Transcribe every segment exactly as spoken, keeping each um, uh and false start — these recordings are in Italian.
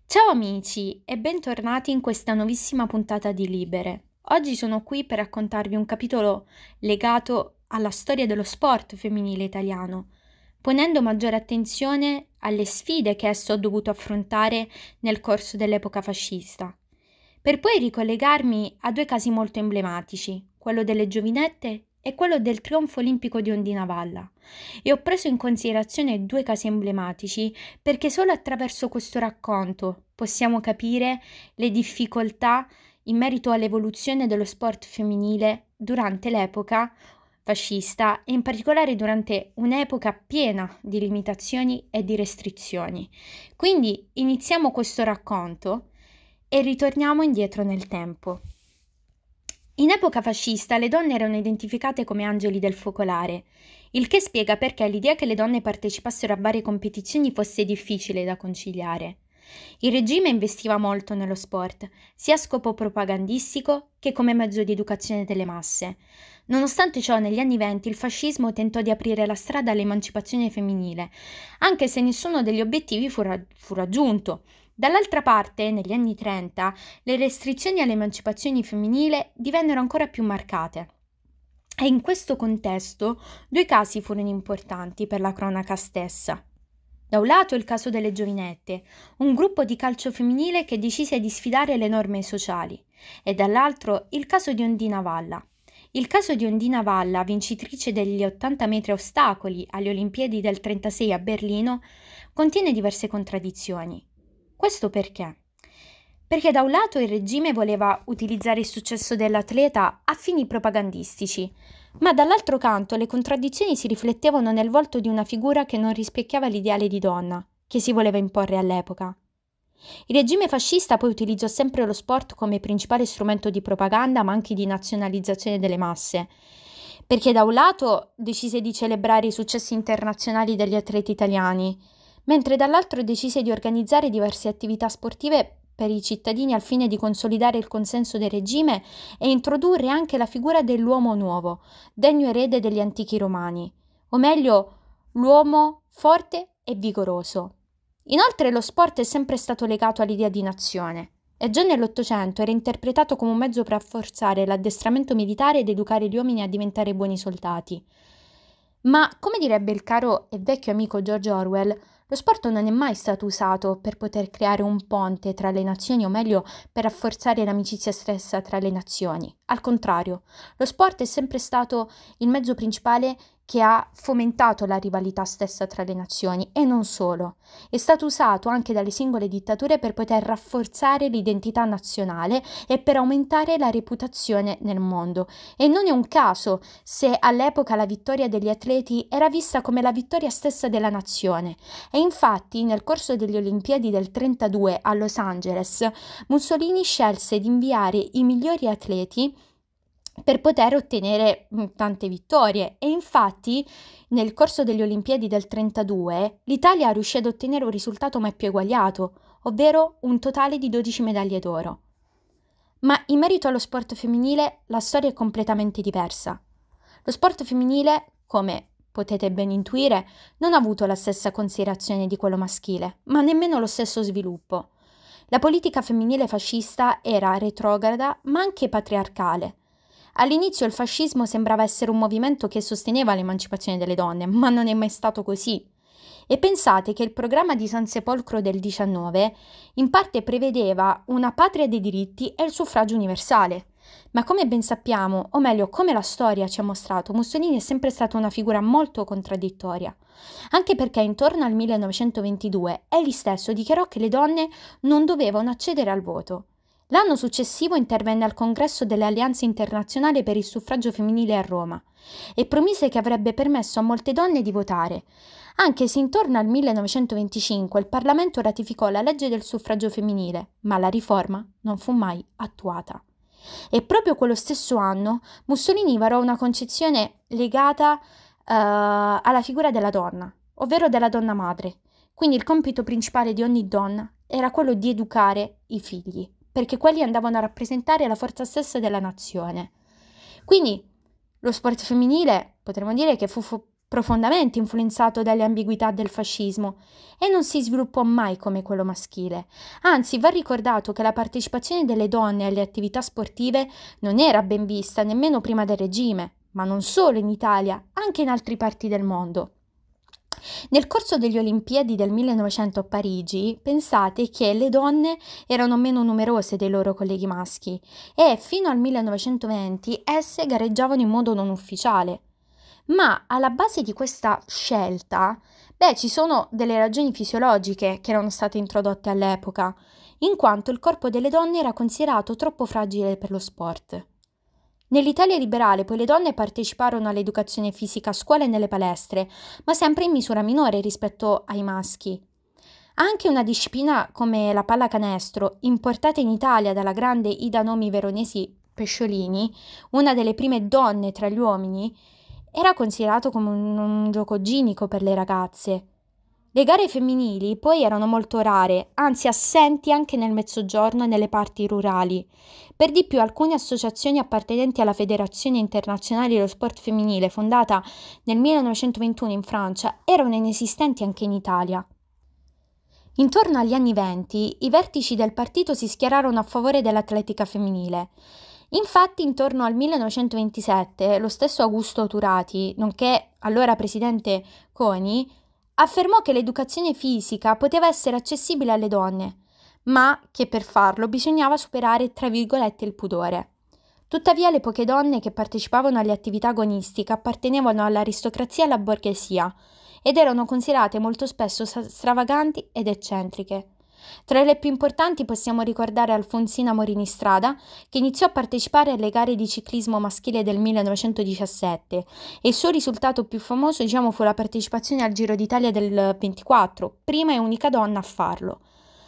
Ciao amici e bentornati in questa nuovissima puntata di Libere. Oggi sono qui per raccontarvi un capitolo legato alla storia dello sport femminile italiano, ponendo maggiore attenzione alle sfide che esso ha dovuto affrontare nel corso dell'epoca fascista, per poi ricollegarmi a due casi molto emblematici, quello delle giovinette e quello del trionfo olimpico di Ondina Valla. E ho preso in considerazione due casi emblematici perché solo attraverso questo racconto possiamo capire le difficoltà in merito all'evoluzione dello sport femminile durante l'epoca fascista e in particolare durante un'epoca piena di limitazioni e di restrizioni. Quindi iniziamo questo racconto e ritorniamo indietro nel tempo. In epoca fascista le donne erano identificate come angeli del focolare, il che spiega perché l'idea che le donne partecipassero a varie competizioni fosse difficile da conciliare. Il regime investiva molto nello sport, sia a scopo propagandistico che come mezzo di educazione delle masse. Nonostante ciò, negli anni venti il fascismo tentò di aprire la strada all'emancipazione femminile, anche se nessuno degli obiettivi fu, ra- fu raggiunto. Dall'altra parte, negli anni trenta, le restrizioni all'emancipazione femminile divennero ancora più marcate. E in questo contesto due casi furono importanti per la cronaca stessa. Da un lato il caso delle Giovinette, un gruppo di calcio femminile che decise di sfidare le norme sociali, e dall'altro il caso di Ondina Valla. Il caso di Ondina Valla, vincitrice degli ottanta metri ostacoli alle Olimpiadi del trentasei a Berlino, contiene diverse contraddizioni. Questo perché? Perché da un lato il regime voleva utilizzare il successo dell'atleta a fini propagandistici, ma dall'altro canto le contraddizioni si riflettevano nel volto di una figura che non rispecchiava l'ideale di donna che si voleva imporre all'epoca. Il regime fascista poi utilizzò sempre lo sport come principale strumento di propaganda, ma anche di nazionalizzazione delle masse, perché da un lato decise di celebrare i successi internazionali degli atleti italiani, mentre dall'altro decise di organizzare diverse attività sportive per i cittadini al fine di consolidare il consenso del regime e introdurre anche la figura dell'uomo nuovo, degno erede degli antichi romani, o meglio, l'uomo forte e vigoroso. Inoltre lo sport è sempre stato legato all'idea di nazione e già nell'Ottocento era interpretato come un mezzo per rafforzare l'addestramento militare ed educare gli uomini a diventare buoni soldati. Ma, come direbbe il caro e vecchio amico George Orwell, lo sport non è mai stato usato per poter creare un ponte tra le nazioni, o meglio, per rafforzare l'amicizia stessa tra le nazioni. Al contrario, lo sport è sempre stato il mezzo principale che ha fomentato la rivalità stessa tra le nazioni e non solo. È stato usato anche dalle singole dittature per poter rafforzare l'identità nazionale e per aumentare la reputazione nel mondo. E non è un caso se all'epoca la vittoria degli atleti era vista come la vittoria stessa della nazione. E infatti, nel corso delle Olimpiadi del trentadue a Los Angeles, Mussolini scelse di inviare i migliori atleti per poter ottenere mh, tante vittorie e infatti nel corso delle Olimpiadi del trentadue l'Italia riuscì ad ottenere un risultato mai più eguagliato, ovvero un totale di dodici medaglie d'oro. Ma in merito allo sport femminile la storia è completamente diversa. Lo sport femminile, come potete ben intuire, non ha avuto la stessa considerazione di quello maschile, ma nemmeno lo stesso sviluppo. La politica femminile fascista era retrograda ma anche patriarcale. All'inizio il fascismo sembrava essere un movimento che sosteneva l'emancipazione delle donne, ma non è mai stato così. E pensate che il programma di San Sepolcro del diciannove in parte prevedeva una patria dei diritti e il suffragio universale. Ma come ben sappiamo, o meglio come la storia ci ha mostrato, Mussolini è sempre stata una figura molto contraddittoria, anche perché intorno al millenovecentoventidue egli stesso dichiarò che le donne non dovevano accedere al voto. L'anno successivo intervenne al congresso delle Alleanze Internazionali per il suffragio femminile a Roma e promise che avrebbe permesso a molte donne di votare, anche se intorno al millenovecentoventicinque il Parlamento ratificò la legge del suffragio femminile, ma la riforma non fu mai attuata. E proprio quello stesso anno Mussolini varò una concezione legata uh, alla figura della donna, ovvero della donna madre. Quindi il compito principale di ogni donna era quello di educare i figli, perché quelli andavano a rappresentare la forza stessa della nazione. Quindi lo sport femminile potremmo dire che fu, fu profondamente influenzato dalle ambiguità del fascismo e non si sviluppò mai come quello maschile. Anzi, va ricordato che la partecipazione delle donne alle attività sportive non era ben vista nemmeno prima del regime, ma non solo in Italia, anche in altre parti del mondo. Nel corso delle Olimpiadi del millenovecento a Parigi, pensate che le donne erano meno numerose dei loro colleghi maschi e fino al millenovecentoventi esse gareggiavano in modo non ufficiale. Ma alla base di questa scelta, beh, ci sono delle ragioni fisiologiche che erano state introdotte all'epoca, in quanto il corpo delle donne era considerato troppo fragile per lo sport. Nell'Italia liberale poi le donne parteciparono all'educazione fisica a scuola e nelle palestre, ma sempre in misura minore rispetto ai maschi. Anche una disciplina come la pallacanestro, importata in Italia dalla grande Ida Nomi Veronesi Pesciolini, una delle prime donne tra gli uomini, era considerato come un, un gioco ginico per le ragazze. Le gare femminili poi erano molto rare, anzi assenti anche nel mezzogiorno e nelle parti rurali. Per di più alcune associazioni appartenenti alla Federazione Internazionale dello Sport Femminile, fondata nel millenovecentoventuno in Francia, erano inesistenti anche in Italia. Intorno agli anni venti, i vertici del partito si schierarono a favore dell'atletica femminile. Infatti, intorno al millenovecentoventisette, lo stesso Augusto Turati, nonché allora presidente CONI, affermò che l'educazione fisica poteva essere accessibile alle donne, ma che per farlo bisognava superare, tra virgolette, il pudore. Tuttavia le poche donne che partecipavano alle attività agonistiche appartenevano all'aristocrazia e alla borghesia ed erano considerate molto spesso stravaganti ed eccentriche. Tra le più importanti possiamo ricordare Alfonsina Morini Strada, che iniziò a partecipare alle gare di ciclismo maschile del millenovecentodiciassette e il suo risultato più famoso, diciamo, fu la partecipazione al Giro d'Italia del ventiquattro, prima e unica donna a farlo.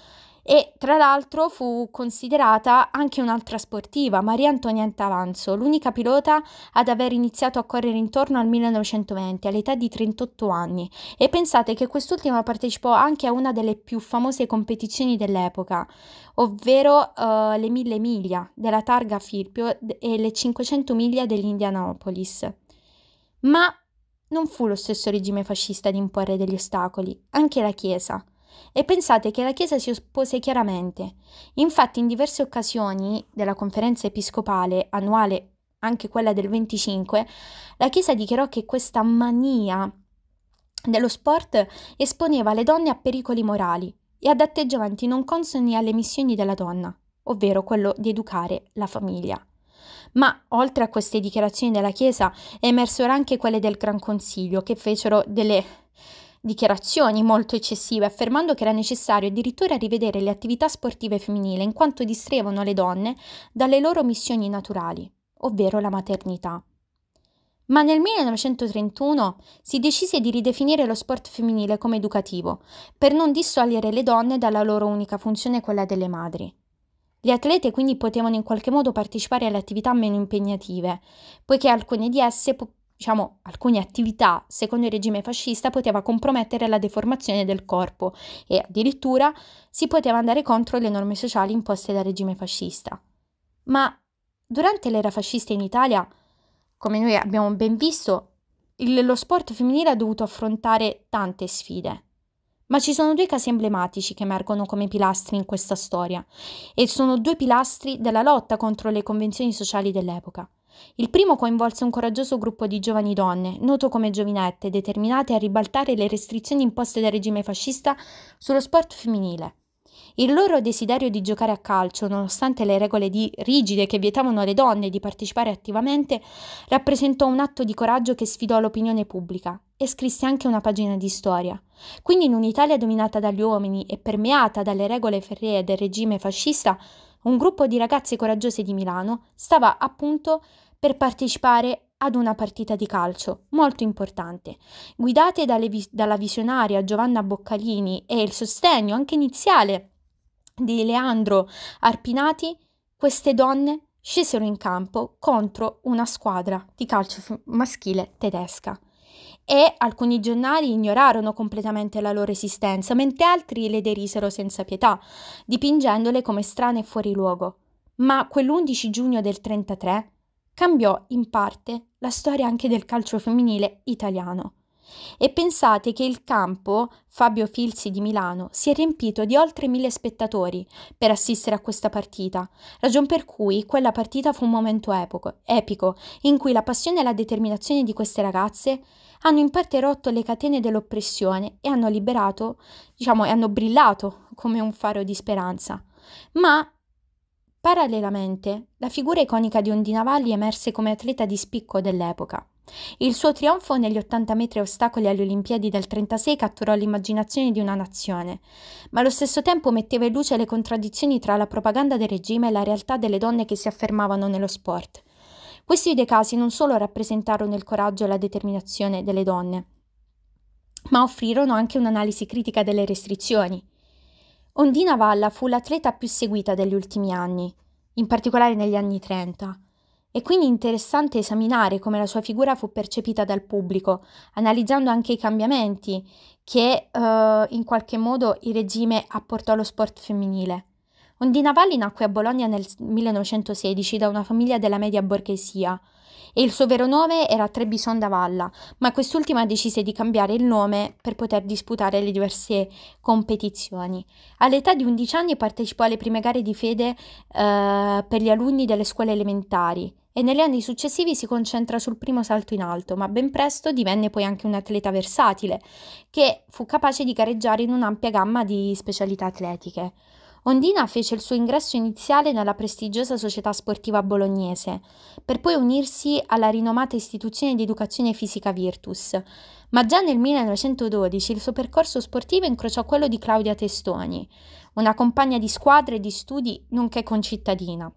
E tra l'altro fu considerata anche un'altra sportiva, Maria Antonietta Avanzo, l'unica pilota ad aver iniziato a correre intorno al millenovecentoventi all'età di trentotto anni, e pensate che quest'ultima partecipò anche a una delle più famose competizioni dell'epoca, ovvero uh, le mille miglia della targa Firpio e le cinquecento miglia dell'Indianapolis. Ma non fu lo stesso regime fascista ad imporre degli ostacoli, anche la Chiesa. E pensate che la Chiesa si oppose chiaramente. Infatti in diverse occasioni della conferenza episcopale annuale, anche quella del venticinque, la Chiesa dichiarò che questa mania dello sport esponeva le donne a pericoli morali e ad atteggiamenti non consoni alle missioni della donna, ovvero quello di educare la famiglia. Ma oltre a queste dichiarazioni della Chiesa emersero anche quelle del Gran Consiglio, che fecero delle dichiarazioni molto eccessive, affermando che era necessario addirittura rivedere le attività sportive femminili in quanto distraevano le donne dalle loro missioni naturali, ovvero la maternità. Ma nel millenovecentotrentuno si decise di ridefinire lo sport femminile come educativo, per non dissogliere le donne dalla loro unica funzione, quella delle madri. Le atlete quindi potevano in qualche modo partecipare alle attività meno impegnative, poiché alcune di esse Diciamo, alcune attività, secondo il regime fascista, poteva compromettere la deformazione del corpo e addirittura si poteva andare contro le norme sociali imposte dal regime fascista. Ma durante l'era fascista in Italia, come noi abbiamo ben visto, il, lo sport femminile ha dovuto affrontare tante sfide. Ma ci sono due casi emblematici che emergono come pilastri in questa storia, e sono due pilastri della lotta contro le convenzioni sociali dell'epoca. Il primo coinvolse un coraggioso gruppo di giovani donne, noto come giovinette, determinate a ribaltare le restrizioni imposte dal regime fascista sullo sport femminile. Il loro desiderio di giocare a calcio, nonostante le regole di rigide che vietavano alle donne di partecipare attivamente, rappresentò un atto di coraggio che sfidò l'opinione pubblica e scrisse anche una pagina di storia. Quindi in un'Italia dominata dagli uomini e permeata dalle regole ferree del regime fascista, un gruppo di ragazze coraggiose di Milano stava appunto per partecipare ad una partita di calcio molto importante. Guidate dalle vis- dalla visionaria Giovanna Boccalini e il sostegno anche iniziale di Leandro Arpinati, queste donne scesero in campo contro una squadra di calcio f- maschile tedesca. E alcuni giornali ignorarono completamente la loro esistenza, mentre altri le derisero senza pietà, dipingendole come strane e fuori luogo. Ma quell'undici giugno del trentatré cambiò in parte la storia anche del calcio femminile italiano. E pensate che il campo Fabio Filzi di Milano si è riempito di oltre mille spettatori per assistere a questa partita, ragion per cui quella partita fu un momento epoco, epico in cui la passione e la determinazione di queste ragazze hanno in parte rotto le catene dell'oppressione e hanno liberato, diciamo, e hanno brillato come un faro di speranza. Ma parallelamente, la figura iconica di Ondina Valli emerse come atleta di spicco dell'epoca. Il suo trionfo negli ottanta metri ostacoli alle Olimpiadi del trentasei catturò l'immaginazione di una nazione, ma allo stesso tempo metteva in luce le contraddizioni tra la propaganda del regime e la realtà delle donne che si affermavano nello sport. Questi due casi non solo rappresentarono il coraggio e la determinazione delle donne, ma offrirono anche un'analisi critica delle restrizioni. Ondina Valla fu l'atleta più seguita degli ultimi anni, in particolare negli anni trenta. È quindi interessante esaminare come la sua figura fu percepita dal pubblico, analizzando anche i cambiamenti che uh, in qualche modo il regime apportò allo sport femminile. Ondina Valli nacque a Bologna nel millenovecentosedici da una famiglia della media borghesia e il suo vero nome era Trebisonda Valla, ma quest'ultima decise di cambiare il nome per poter disputare le diverse competizioni. All'età di undici anni partecipò alle prime gare di fede uh, per gli alunni delle scuole elementari e negli anni successivi si concentra sul primo salto in alto, ma ben presto divenne poi anche un atleta versatile, che fu capace di gareggiare in un'ampia gamma di specialità atletiche. Ondina fece il suo ingresso iniziale nella prestigiosa società sportiva bolognese, per poi unirsi alla rinomata istituzione di educazione fisica Virtus, ma già nel millenovecentododici il suo percorso sportivo incrociò quello di Claudia Testoni, una compagna di squadra e di studi nonché concittadina.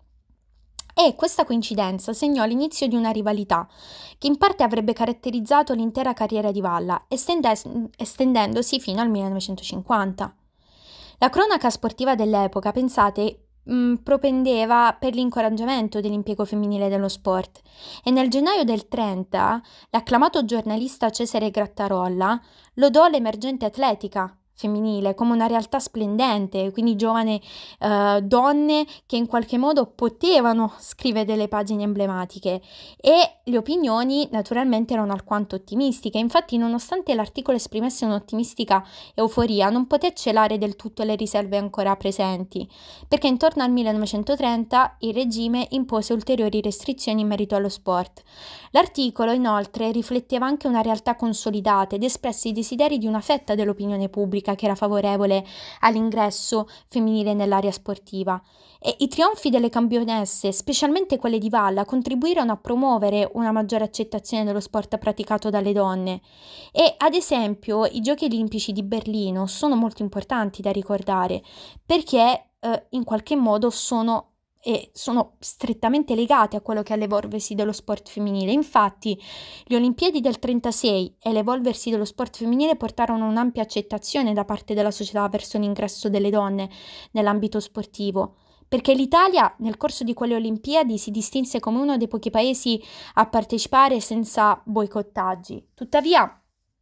E questa coincidenza segnò l'inizio di una rivalità che in parte avrebbe caratterizzato l'intera carriera di Valla, estende- estendendosi fino al millenovecentocinquanta. La cronaca sportiva dell'epoca, pensate, mh, propendeva per l'incoraggiamento dell'impiego femminile dello sport e nel gennaio del trenta l'acclamato giornalista Cesare Grattarolla lodò l'emergente atletica femminile come una realtà splendente, quindi giovani eh, donne che in qualche modo potevano scrivere delle pagine emblematiche e le opinioni naturalmente erano alquanto ottimistiche. Infatti, nonostante l'articolo esprimesse un'ottimistica euforia, non poté celare del tutto le riserve ancora presenti, perché intorno al millenovecentotrenta il regime impose ulteriori restrizioni in merito allo sport. L'articolo inoltre rifletteva anche una realtà consolidata ed espresse i desideri di una fetta dell'opinione pubblica che era favorevole all'ingresso femminile nell'area sportiva. E i trionfi delle campionesse, specialmente quelle di Valla, contribuirono a promuovere una maggiore accettazione dello sport praticato dalle donne. E ad esempio i Giochi Olimpici di Berlino sono molto importanti da ricordare perché eh, in qualche modo sono e sono strettamente legate a quello che è l'evolversi dello sport femminile. Infatti, le Olimpiadi del trentasei e l'evolversi dello sport femminile portarono un'ampia accettazione da parte della società verso l'ingresso delle donne nell'ambito sportivo, perché l'Italia nel corso di quelle Olimpiadi si distinse come uno dei pochi paesi a partecipare senza boicottaggi. Tuttavia,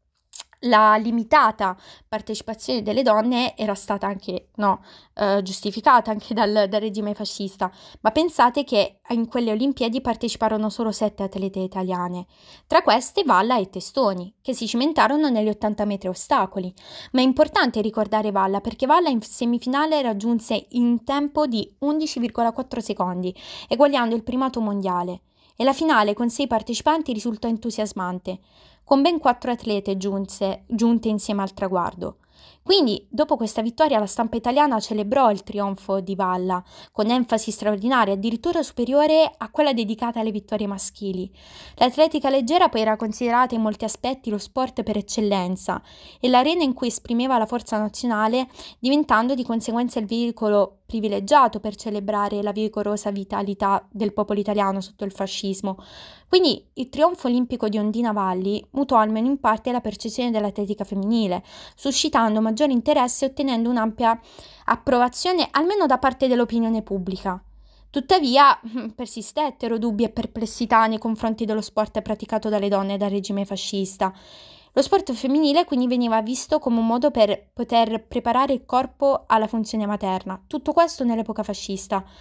la limitata partecipazione delle donne era stata anche no, eh, giustificata anche dal, dal regime fascista, ma pensate che in quelle Olimpiadi parteciparono solo sette atlete italiane, tra queste Valla e Testoni, che si cimentarono negli ottanta metri ostacoli. Ma è importante ricordare Valla perché Valla in semifinale raggiunse in tempo di undici virgola quattro secondi, eguagliando il primato mondiale, e la finale con sei partecipanti risultò entusiasmante, con ben quattro atlete giunse, giunte insieme al traguardo. Quindi, dopo questa vittoria, la stampa italiana celebrò il trionfo di Valla, con enfasi straordinaria, addirittura superiore a quella dedicata alle vittorie maschili. L'atletica leggera poi era considerata in molti aspetti lo sport per eccellenza e l'arena in cui esprimeva la forza nazionale, diventando di conseguenza il veicolo privilegiato per celebrare la vigorosa vitalità del popolo italiano sotto il fascismo. Quindi il trionfo olimpico di Ondina Valli mutò almeno in parte la percezione dell'atletica femminile, suscitando maggiore interesse e ottenendo un'ampia approvazione almeno da parte dell'opinione pubblica. Tuttavia persistettero dubbi e perplessità nei confronti dello sport praticato dalle donne dal regime fascista. Lo sport femminile quindi veniva visto come un modo per poter preparare il corpo alla funzione materna, tutto questo nell'epoca fascista.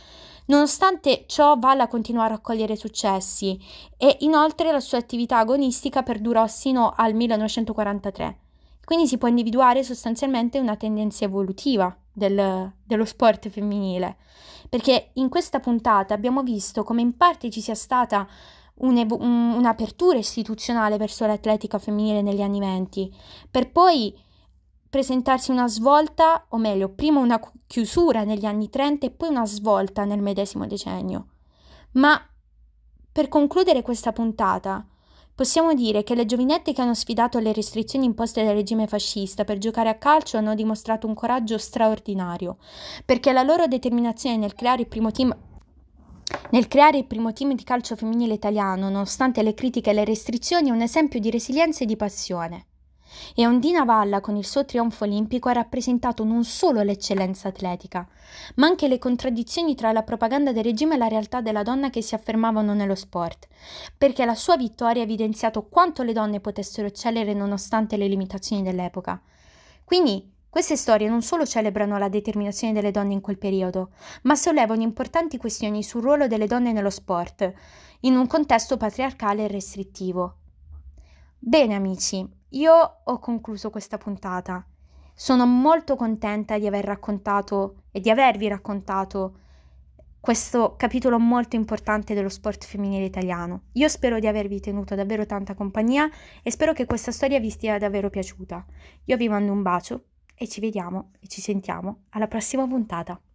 Nonostante ciò, Valla continuò a raccogliere successi e inoltre la sua attività agonistica perdurò sino al millenovecentoquarantatré. Quindi si può individuare sostanzialmente una tendenza evolutiva del, dello sport femminile, perché in questa puntata abbiamo visto come in parte ci sia stata un'evo- un- un'apertura istituzionale verso l'atletica femminile negli anni venti, per poi presentarsi una svolta, o meglio, prima una chiusura negli anni trenta e poi una svolta nel medesimo decennio. Ma per concludere questa puntata, possiamo dire che le giovinette che hanno sfidato le restrizioni imposte dal regime fascista per giocare a calcio hanno dimostrato un coraggio straordinario, perché la loro determinazione nel creare il primo team nel creare il primo team di calcio femminile italiano, nonostante le critiche e le restrizioni, è un esempio di resilienza e di passione. E Ondina Valla, con il suo trionfo olimpico, ha rappresentato non solo l'eccellenza atletica, ma anche le contraddizioni tra la propaganda del regime e la realtà della donna che si affermavano nello sport, perché la sua vittoria ha evidenziato quanto le donne potessero eccellere nonostante le limitazioni dell'epoca. Quindi, queste storie non solo celebrano la determinazione delle donne in quel periodo, ma sollevano importanti questioni sul ruolo delle donne nello sport, in un contesto patriarcale e restrittivo. Bene amici, io ho concluso questa puntata. Sono molto contenta di aver raccontato e di avervi raccontato questo capitolo molto importante dello sport femminile italiano. Io spero di avervi tenuto davvero tanta compagnia e spero che questa storia vi stia davvero piaciuta. Io vi mando un bacio e ci vediamo e ci sentiamo alla prossima puntata.